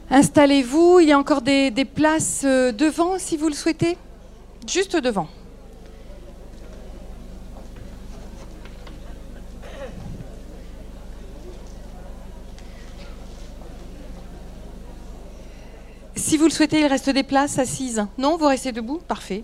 Installez-vous, il y a encore des places devant si vous le souhaitez. Juste devant. Si vous le souhaitez, il reste des places assises. Non, vous restez debout? Parfait.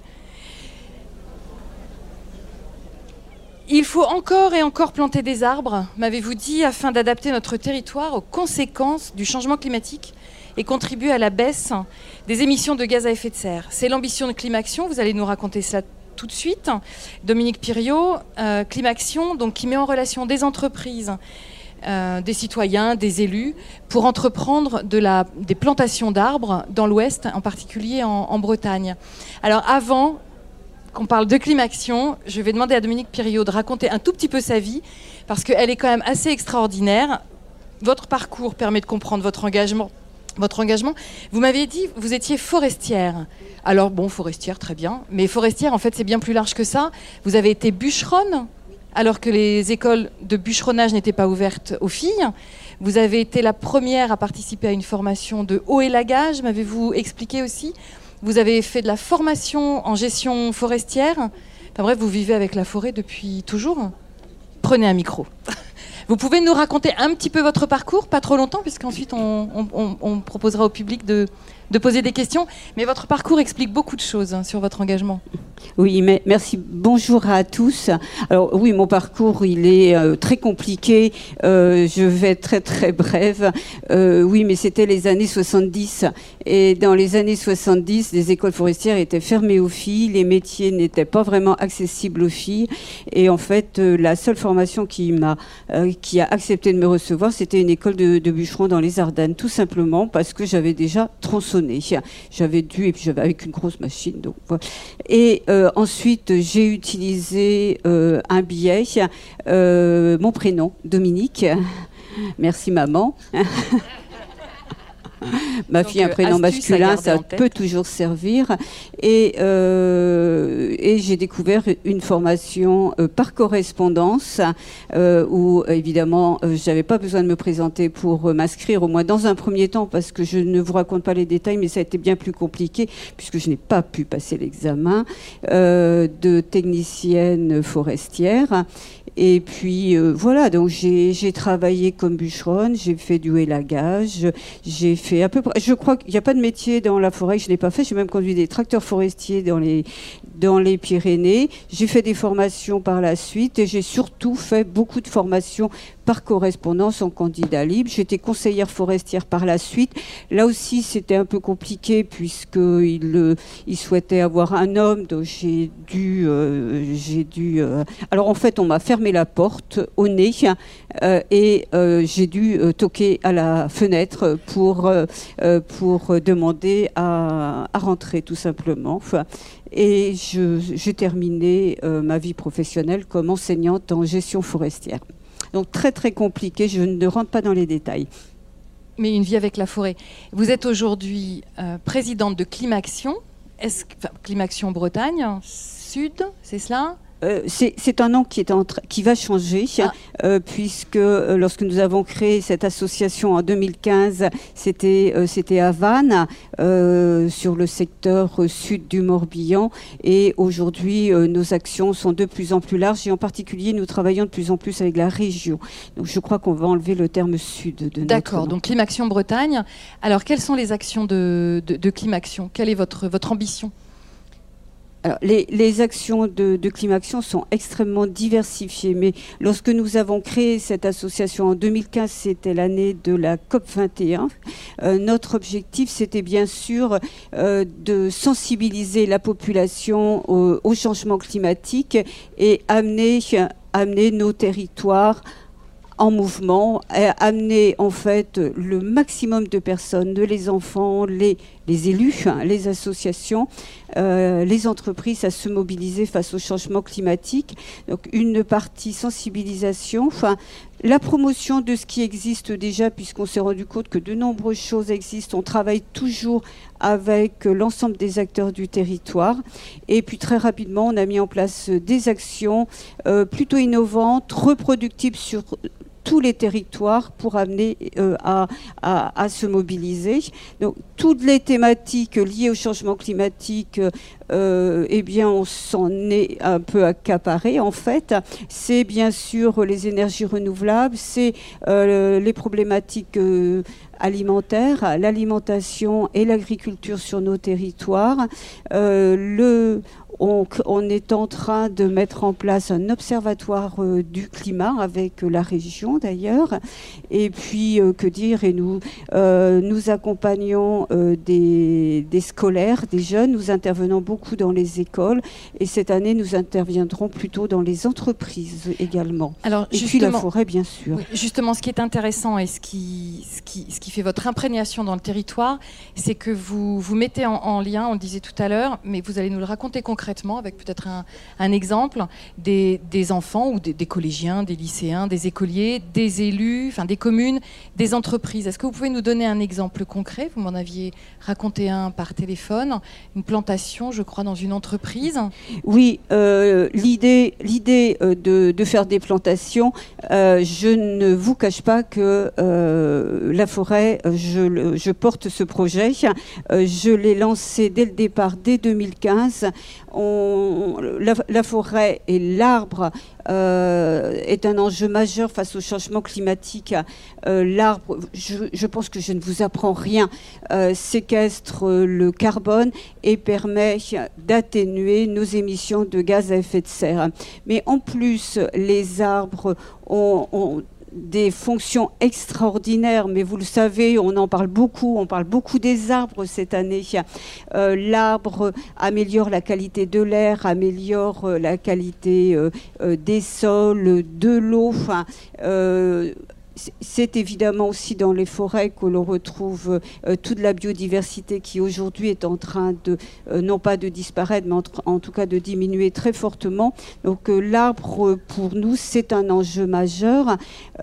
Il faut encore et encore planter des arbres, m'avez-vous dit, afin d'adapter notre territoire aux conséquences du changement climatique et contribuer à la baisse des émissions de gaz à effet de serre. C'est l'ambition de Climaction, vous allez nous raconter cela tout de suite. Dominique Piriot, Climaction, donc, qui met en relation des entreprises, des citoyens, des élus, pour entreprendre des plantations d'arbres dans l'Ouest, en particulier en Bretagne. Alors avant qu'on parle de Climaction, je vais demander à Dominique Piriot de raconter un tout petit peu sa vie, parce qu'elle est quand même assez extraordinaire. Votre parcours permet de comprendre votre engagement. Vous m'avez dit vous étiez forestière. Alors bon, forestière, très bien. Mais forestière, en fait, c'est bien plus large que ça. Vous avez été bûcheronne, alors que les écoles de bûcheronnage n'étaient pas ouvertes aux filles. Vous avez été la première à participer à une formation de haut élagage, m'avez-vous expliqué aussi. Vous avez fait de la formation en gestion forestière. Enfin bref, vous vivez avec la forêt depuis toujours. Prenez un micro. Vous pouvez nous raconter un petit peu votre parcours, pas trop longtemps, puisqu'ensuite on proposera au public de poser des questions. Mais votre parcours explique beaucoup de choses sur votre engagement. Oui, mais merci. Bonjour à tous. Alors oui, mon parcours, il est très compliqué. Je vais être très très brève. Oui, mais c'était les années 70. Et dans les années 70, les écoles forestières étaient fermées aux filles. Les métiers n'étaient pas vraiment accessibles aux filles. Et en fait, la seule formation qui a accepté de me recevoir, c'était une école de bûcherons dans les Ardennes, tout simplement parce que j'avais déjà tronçonné. J'avais dû, et puis j'avais avec une grosse machine. Donc, voilà. Et ensuite, j'ai utilisé un billet, mon prénom, Dominique. Merci maman. Ma fille, un prénom masculin, ça peut toujours servir. Et j'ai découvert une formation par correspondance où, évidemment, je n'avais pas besoin de me présenter pour m'inscrire, au moins dans un premier temps, parce que je ne vous raconte pas les détails, mais ça a été bien plus compliqué, puisque je n'ai pas pu passer l'examen de technicienne forestière. Et puis, voilà, donc j'ai travaillé comme bûcheronne, j'ai fait du élagage, j'ai fait à peu près, je crois qu'il n'y a pas de métier dans la forêt que je n'ai pas fait. J'ai même conduit des tracteurs forestiers dans les Pyrénées. J'ai fait des formations par la suite et j'ai surtout fait beaucoup de formations par correspondance en candidat libre. J'étais conseillère forestière par la suite. Là aussi, c'était un peu compliqué puisqu'il souhaitait avoir un homme. Donc j'ai dû. Alors en fait, on m'a fermé la porte au nez et j'ai dû toquer à la fenêtre pour demander à rentrer tout simplement. Et j'ai terminé ma vie professionnelle comme enseignante en gestion forestière. Donc très très compliqué, je ne rentre pas dans les détails. Mais une vie avec la forêt. Vous êtes aujourd'hui présidente de Climaction. Climaction Bretagne, Sud, c'est cela ? C'est un nom qui va changer, puisque lorsque nous avons créé cette association en 2015, c'était à Vannes, sur le secteur sud du Morbihan. Et aujourd'hui, nos actions sont de plus en plus larges et en particulier, nous travaillons de plus en plus avec la région. Donc je crois qu'on va enlever le terme sud de notre D'accord, nom. donc Climaction Bretagne. Alors, quelles sont les actions de Climaction ? Quelle est votre ambition ? Alors, les actions de Climaction sont extrêmement diversifiées, mais lorsque nous avons créé cette association en 2015, c'était l'année de la COP21. Notre objectif, c'était bien sûr de sensibiliser la population au changement climatique et amener nos territoires en mouvement, amener en fait le maximum de personnes, les enfants, les élus, les associations, les entreprises à se mobiliser face au changement climatique. Donc une partie sensibilisation, la promotion de ce qui existe déjà, puisqu'on s'est rendu compte que de nombreuses choses existent. On travaille toujours avec l'ensemble des acteurs du territoire. Et puis très rapidement, on a mis en place des actions plutôt innovantes, reproductibles tous les territoires pour amener à se mobiliser. Donc, toutes les thématiques liées au changement climatique, eh bien, on s'en est un peu accaparé, en fait. C'est bien sûr les énergies renouvelables, c'est les problématiques alimentaires, l'alimentation et l'agriculture sur nos territoires. On est en train de mettre en place un observatoire du climat avec la région d'ailleurs. Et puis, que dire, et nous accompagnons des scolaires, des jeunes. Nous intervenons beaucoup dans les écoles. Et cette année, nous interviendrons plutôt dans les entreprises également. Alors, et puis la forêt, bien sûr. Oui, justement, ce qui est intéressant et ce qui fait votre imprégnation dans le territoire, c'est que vous mettez en lien, on le disait tout à l'heure, mais vous allez nous le raconter concrètement avec peut-être un exemple des enfants ou des collégiens, des lycéens, des écoliers, des élus, enfin des communes, des entreprises. Est-ce que vous pouvez nous donner un exemple concret? Vous m'en aviez raconté un par téléphone, une plantation, je crois, dans une entreprise. Oui, l'idée de faire des plantations, je ne vous cache pas que la forêt, je porte ce projet. Je l'ai lancé dès le départ, dès 2015. La forêt et l'arbre est un enjeu majeur face au changement climatique. L'arbre, je pense que je ne vous apprends rien, séquestre le carbone et permet d'atténuer nos émissions de gaz à effet de serre. Mais en plus, les arbres ont des fonctions extraordinaires, mais vous le savez, on parle beaucoup des arbres cette année. L'arbre améliore la qualité de l'air, améliore la qualité des sols, de l'eau. Enfin, c'est évidemment aussi dans les forêts que l'on retrouve toute la biodiversité qui aujourd'hui est en train de, non pas de disparaître, mais en tout cas de diminuer très fortement. Donc l'arbre, pour nous, c'est un enjeu majeur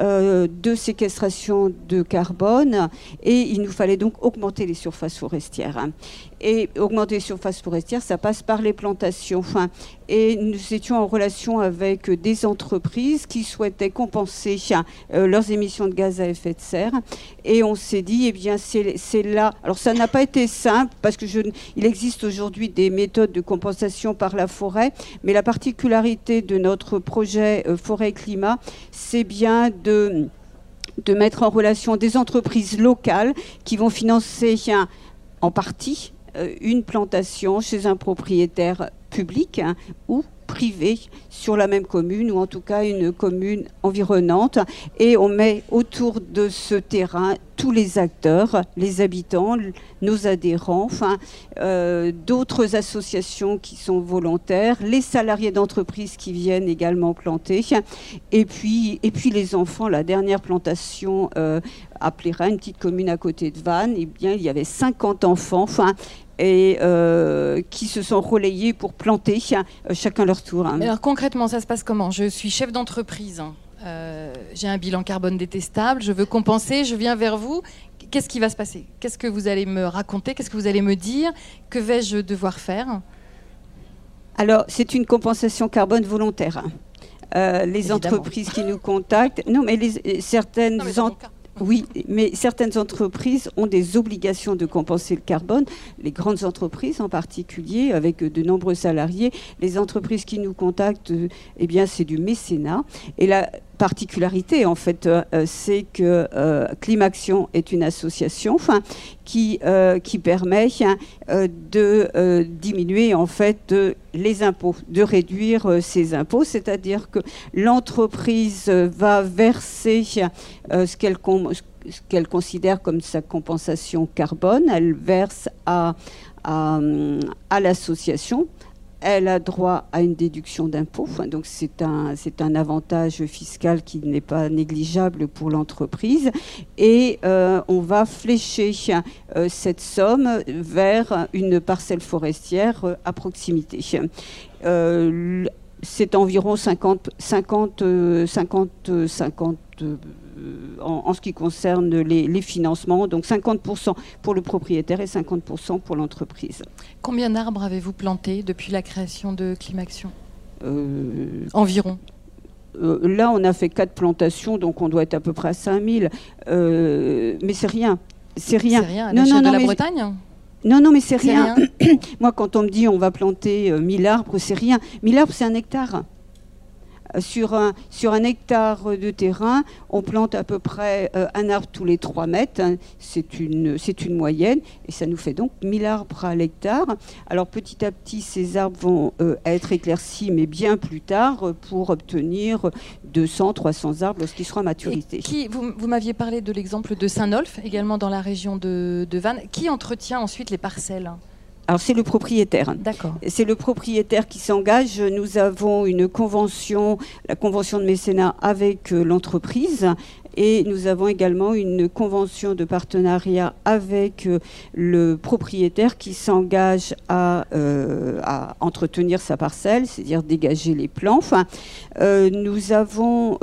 de séquestration de carbone et il nous fallait donc augmenter les surfaces forestières. Et augmenter les surfaces forestières, ça passe par les plantations. Enfin, et nous étions en relation avec des entreprises qui souhaitaient compenser leurs émissions de gaz à effet de serre. Et on s'est dit, eh bien, c'est là. Alors, ça n'a pas été simple parce que il existe aujourd'hui des méthodes de compensation par la forêt. Mais la particularité de notre projet Forêt et Climat, c'est bien de mettre en relation des entreprises locales qui vont financer en partie une plantation chez un propriétaire public ou privé sur la même commune ou en tout cas une commune environnante et on met autour de ce terrain tous les acteurs, les habitants, nos adhérents, enfin d'autres associations qui sont volontaires, les salariés d'entreprises qui viennent également planter et puis les enfants. La dernière plantation à Plérin, une petite commune à côté de Vannes, eh bien il y avait 50 enfants, enfin et qui se sont relayés pour planter chacun leur tour. Mais alors concrètement, ça se passe comment? Je suis chef d'entreprise, j'ai un bilan carbone détestable, je veux compenser, je viens vers vous. Qu'est-ce qui va se passer? Qu'est-ce que vous allez me raconter? Qu'est-ce que vous allez me dire? Que vais-je devoir faire? Alors, c'est une compensation carbone volontaire. Les entreprises qui nous contactent... Non, mais certaines... Oui, mais certaines entreprises ont des obligations de compenser le carbone, les grandes entreprises en particulier, avec de nombreux salariés. Les entreprises qui nous contactent, eh bien, c'est du mécénat. Et la particularité, en fait, c'est que Climaction est une association qui permet de diminuer, en fait, les impôts, de réduire ses impôts, c'est-à-dire que l'entreprise va verser ce qu'elle considère comme sa compensation carbone, elle verse à l'association. Elle a droit à une déduction d'impôt, donc c'est un avantage fiscal qui n'est pas négligeable pour l'entreprise. Et on va flécher cette somme vers une parcelle forestière à proximité. C'est environ 50 en ce qui concerne les financements, donc 50% pour le propriétaire et 50% pour l'entreprise. Combien d'arbres avez-vous planté depuis la création de Climaction ? Environ. là, on a fait 4 plantations, donc on doit être à peu près à 5000. Mais c'est rien. C'est rien. C'est rien. À l'échelle de la Bretagne ? Non, mais c'est rien. Moi, quand on me dit on va planter 1000 arbres, c'est rien. 1000 arbres, c'est 1 hectare. Sur un hectare de terrain, on plante à peu près un arbre tous les 3 mètres. C'est une moyenne. Et ça nous fait donc 1000 arbres à l'hectare. Alors petit à petit, ces arbres vont être éclaircis, mais bien plus tard, pour obtenir 200, 300 arbres lorsqu'ils seront à maturité. Vous m'aviez parlé de l'exemple de Saint-Nolff, également dans la région de Vannes. Qui entretient ensuite les parcelles ? Alors c'est le propriétaire. D'accord. C'est le propriétaire qui s'engage. Nous avons une convention, la convention de mécénat avec l'entreprise, et nous avons également une convention de partenariat avec le propriétaire qui s'engage à entretenir sa parcelle, c'est-à-dire dégager les plants. Enfin, nous avons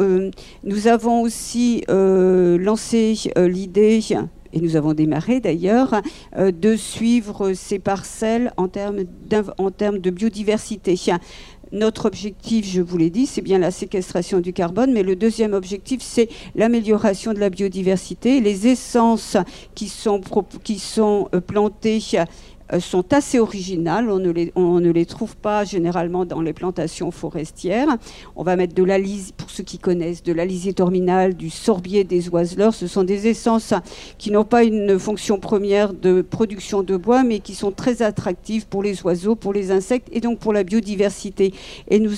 aussi lancé l'idée, et nous avons démarré d'ailleurs, de suivre ces parcelles en termes de biodiversité. Notre objectif, je vous l'ai dit, c'est bien la séquestration du carbone, mais le deuxième objectif, c'est l'amélioration de la biodiversité. Les essences qui sont plantées sont assez originales. On ne les trouve pas généralement dans les plantations forestières. On va mettre pour ceux qui connaissent, de l'Alysia terminale, du sorbier, des oiseleurs. Ce sont des essences qui n'ont pas une fonction première de production de bois, mais qui sont très attractives pour les oiseaux, pour les insectes et donc pour la biodiversité. Et nous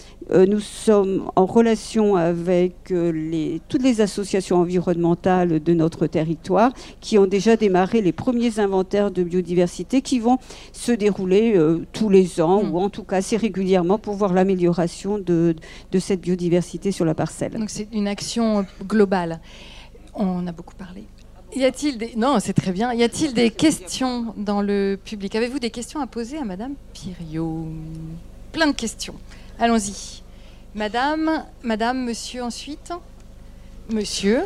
sommes en relation avec toutes les associations environnementales de notre territoire qui ont déjà démarré les premiers inventaires de biodiversité qui vont se dérouler tous les ans ou en tout cas assez régulièrement pour voir l'amélioration de cette biodiversité sur la parcelle. Donc c'est une action globale. On a beaucoup parlé. Non, c'est très bien. Y a-t-il des questions dans le public ? Avez-vous des questions à poser à Madame Piriot ? Plein de questions. Allons-y. Madame, monsieur ensuite. Monsieur.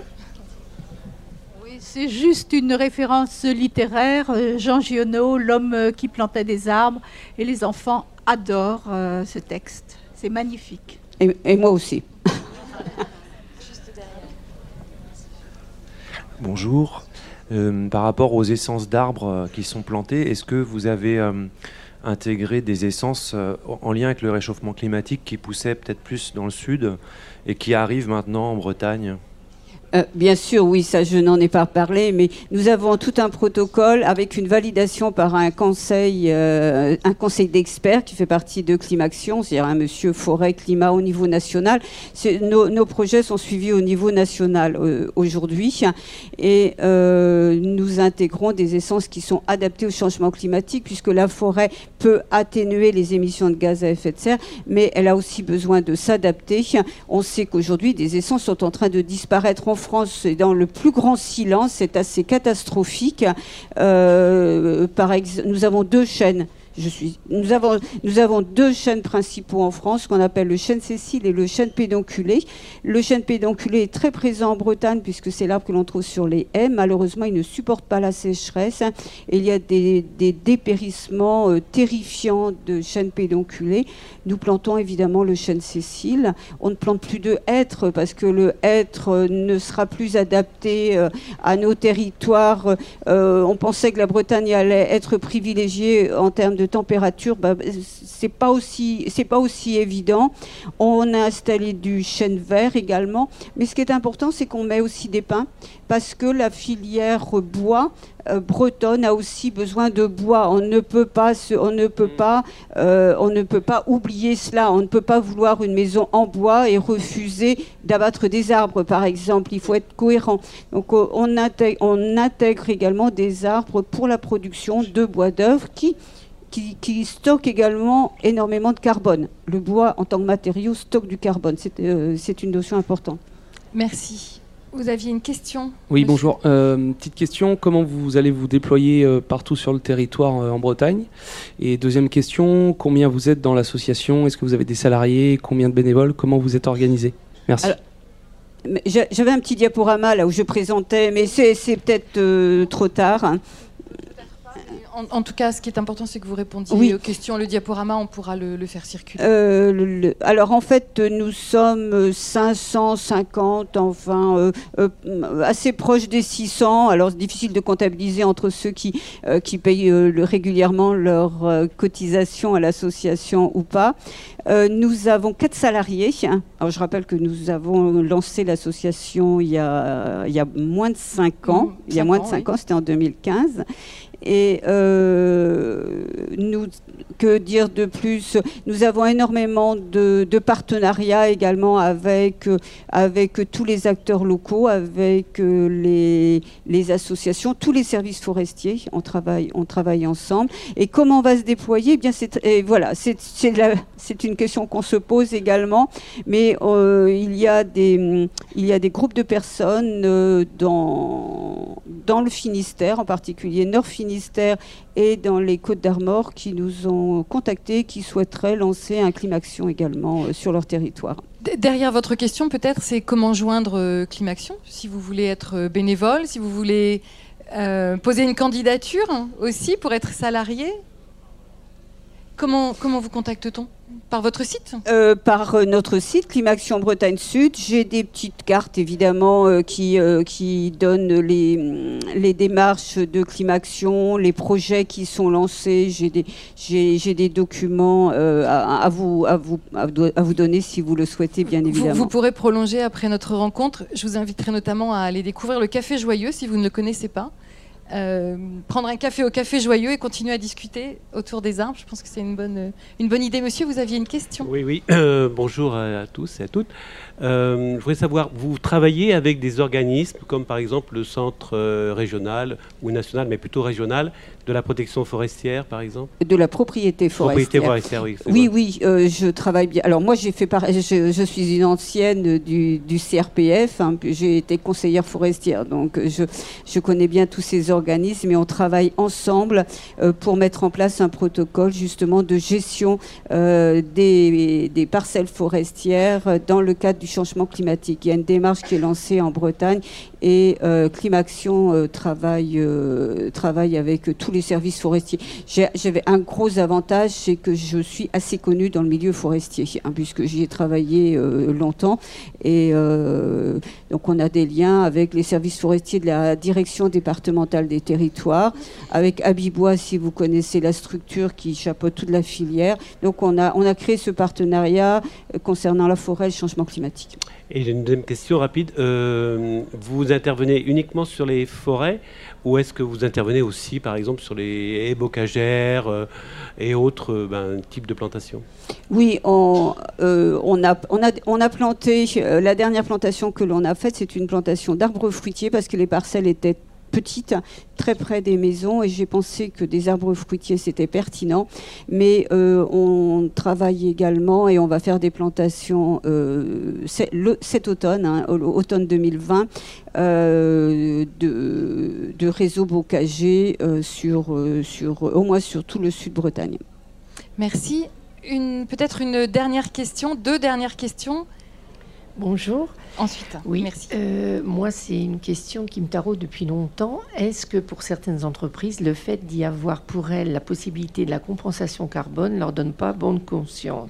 Oui, c'est juste une référence littéraire. Jean Giono, l'homme qui plantait des arbres. Et les enfants adorent ce texte. C'est magnifique. Et moi aussi. Bonjour. Par rapport aux essences d'arbres qui sont plantées, est-ce que vous avez intégrer des essences en lien avec le réchauffement climatique qui poussait peut-être plus dans le sud et qui arrive maintenant en Bretagne ? Bien sûr, oui, ça je n'en ai pas parlé, mais nous avons tout un protocole avec une validation par un conseil d'experts qui fait partie de Climaction, c'est-à-dire un monsieur Forêt Climat au niveau national. Nos projets sont suivis au niveau national aujourd'hui et nous intégrons des essences qui sont adaptées au changement climatique puisque la forêt peut atténuer les émissions de gaz à effet de serre, mais elle a aussi besoin de s'adapter. On sait qu'aujourd'hui, des essences sont en train de disparaître en France est dans le plus grand silence, c'est assez catastrophique. Par exemple, nous avons 2 chênes. Nous avons 2 chênes principaux en France, qu'on appelle le chêne Cécile et le chêne pédonculé. Le chêne pédonculé est très présent en Bretagne, puisque c'est l'arbre que l'on trouve sur les haies. Malheureusement, il ne supporte pas la sécheresse. Et il y a des dépérissements terrifiants de chênes pédonculés. Nous plantons évidemment le chêne Cécile. On ne plante plus de hêtre, parce que le hêtre ne sera plus adapté à nos territoires. On pensait que la Bretagne allait être privilégiée en termes de température, c'est pas aussi évident. On a installé du chêne vert également, mais ce qui est important, c'est qu'on met aussi des pins, parce que la filière bois bretonne a aussi besoin de bois. On ne peut pas oublier cela. On ne peut pas vouloir une maison en bois et refuser d'abattre des arbres, par exemple. Il faut être cohérent. Donc on intègre également des arbres pour la production de bois d'œuvre qui stocke également énormément de carbone. Le bois, en tant que matériau, stocke du carbone. C'est une notion importante. Merci. Vous aviez une question ? Oui, bonjour. Petite question, comment vous allez vous déployer partout sur le territoire en Bretagne ? Et deuxième question, combien vous êtes dans l'association ? Est-ce que vous avez des salariés ? Combien de bénévoles ? Comment vous êtes organisé ? Merci. Alors, j'avais un petit diaporama là où je présentais, mais c'est peut-être trop tard. En tout cas, ce qui est important, c'est que vous répondiez aux questions. Le diaporama, on pourra le faire circuler. Alors, en fait, nous sommes 550, enfin, assez proches des 600. Alors, c'est difficile de comptabiliser entre ceux qui payent régulièrement leur cotisation à l'association ou pas. Nous avons 4 salariés. Alors, je rappelle que nous avons lancé l'association il y a moins de 5 ans. Il y a moins de 5 ans, c'était en 2015. Et que dire de plus? Nous avons énormément de partenariats également avec tous les acteurs locaux, avec les associations, tous les services forestiers. On travaille ensemble. Et comment on va se déployer? Eh bien, c'est une question qu'on se pose également. Mais il y a des groupes de personnes dans le Finistère, en particulier Nord Finistère, et dans les Côtes-d'Armor qui nous ont contactés, qui souhaiteraient lancer un Climaction également sur leur territoire. Derrière votre question, peut-être, c'est comment joindre Climaction, si vous voulez être bénévole, si vous voulez poser une candidature aussi pour être salarié. Comment vous contacte-t-on? Par votre site? Par notre site, Climaction Bretagne Sud. J'ai des petites cartes, évidemment, qui donnent les démarches de Climaction, les projets qui sont lancés. J'ai des documents à vous donner si vous le souhaitez, bien évidemment. Vous pourrez prolonger après notre rencontre. Je vous inviterai notamment à aller découvrir le Café Joyeux, si vous ne le connaissez pas. Prendre un café au Café Joyeux et continuer à discuter autour des arbres. Je pense que c'est une bonne idée. Monsieur, vous aviez une question? Oui. Bonjour à tous et à toutes. Je voudrais savoir, vous travaillez avec des organismes comme par exemple le Centre régional ou national, mais plutôt régional, de la protection forestière, par exemple? De la propriété forestière. Oui, je travaille bien. Alors moi, je suis une ancienne du CRPF. J'ai été conseillère forestière, donc je connais bien tous ces organismes et on travaille ensemble pour mettre en place un protocole justement de gestion des parcelles forestières dans le cadre du changement climatique. Il y a une démarche qui est lancée en Bretagne et Climaction travaille avec tous les services forestiers. J'avais un gros avantage, c'est que je suis assez connue dans le milieu forestier, puisque j'y ai travaillé longtemps. Et donc on a des liens avec les services forestiers de la direction départementale des territoires, avec Abibois, si vous connaissez la structure qui chapeaute toute la filière. Donc on a créé ce partenariat concernant la forêt et le changement climatique. Et j'ai une deuxième question rapide. Vous intervenez uniquement sur les forêts ou est-ce que vous intervenez aussi, par exemple, sur les haies bocagères et autres types de plantations? Oui, on a planté, la dernière plantation que l'on a faite, c'est une plantation d'arbres fruitiers parce que les parcelles étaient petites, très près des maisons, et j'ai pensé que des arbres fruitiers c'était pertinent, mais on travaille également et on va faire des plantations cet automne, automne 2020, de réseaux bocagers au moins sur tout le sud Bretagne. Merci. Peut-être une dernière question, 2 dernières questions. Bonjour. Ensuite, oui, merci. Moi, c'est une question qui me taraude depuis longtemps. Est-ce que pour certaines entreprises, le fait d'y avoir pour elles la possibilité de la compensation carbone ne leur donne pas bonne conscience?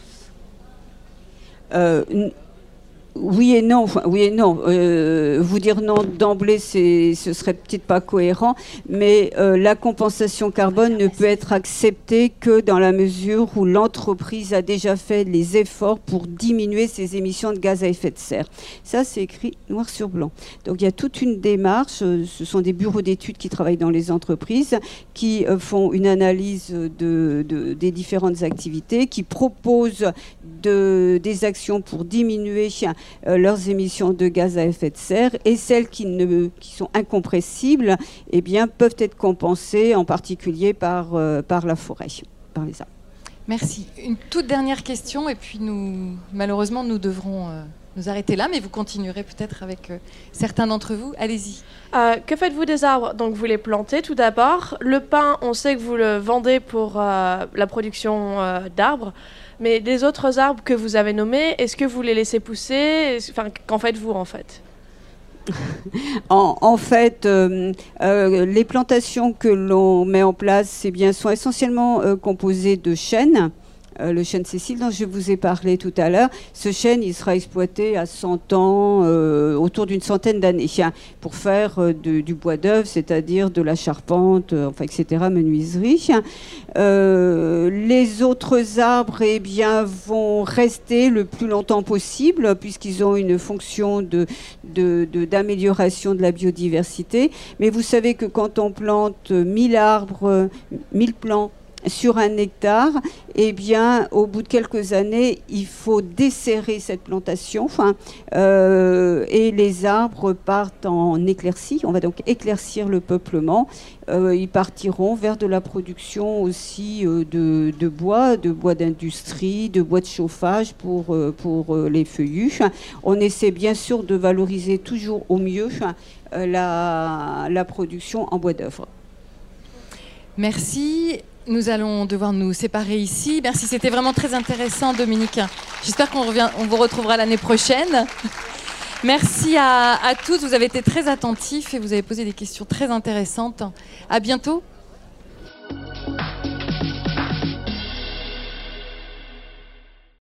Oui et non. Vous dire non d'emblée, ce serait peut-être pas cohérent, mais la compensation carbone ne peut être acceptée que dans la mesure où l'entreprise a déjà fait les efforts pour diminuer ses émissions de gaz à effet de serre. Ça, c'est écrit noir sur blanc. Donc il y a toute une démarche. Ce sont des bureaux d'études qui travaillent dans les entreprises, qui font une analyse des différentes activités, qui proposent des actions pour diminuer leurs émissions de gaz à effet de serre, et celles qui sont incompressibles peuvent être compensées en particulier par la forêt, par les arbres. Merci. Une toute dernière question et puis malheureusement nous devrons nous arrêter là, mais vous continuerez peut-être avec certains d'entre vous. Allez-y. Que faites-vous des arbres? Donc vous les plantez tout d'abord. Le pin, on sait que vous le vendez pour la production d'arbres. Mais les autres arbres que vous avez nommés, est-ce que vous les laissez pousser? Qu'en faites-vous en fait? En fait, les plantations que l'on met en place, sont essentiellement composées de chênes. Le chêne Cécile dont je vous ai parlé tout à l'heure, ce chêne, il sera exploité à 100 ans, autour d'une centaine d'années, pour faire du bois d'œuvre, c'est-à-dire de la charpente, etc., menuiserie. Les autres arbres, vont rester le plus longtemps possible, puisqu'ils ont une fonction d'amélioration de la biodiversité. Mais vous savez que quand on plante 1000 arbres, 1000 plants, sur un hectare, au bout de quelques années, il faut desserrer cette plantation, et les arbres partent en éclaircie. On va donc éclaircir le peuplement. Ils partiront vers de la production aussi de bois d'industrie, de bois de chauffage pour les feuillus. On essaie bien sûr de valoriser toujours au mieux la production en bois d'œuvre. Merci. Nous allons devoir nous séparer ici. Merci, c'était vraiment très intéressant, Dominique. J'espère qu'on vous retrouvera l'année prochaine. Merci à tous, vous avez été très attentifs et vous avez posé des questions très intéressantes. À bientôt.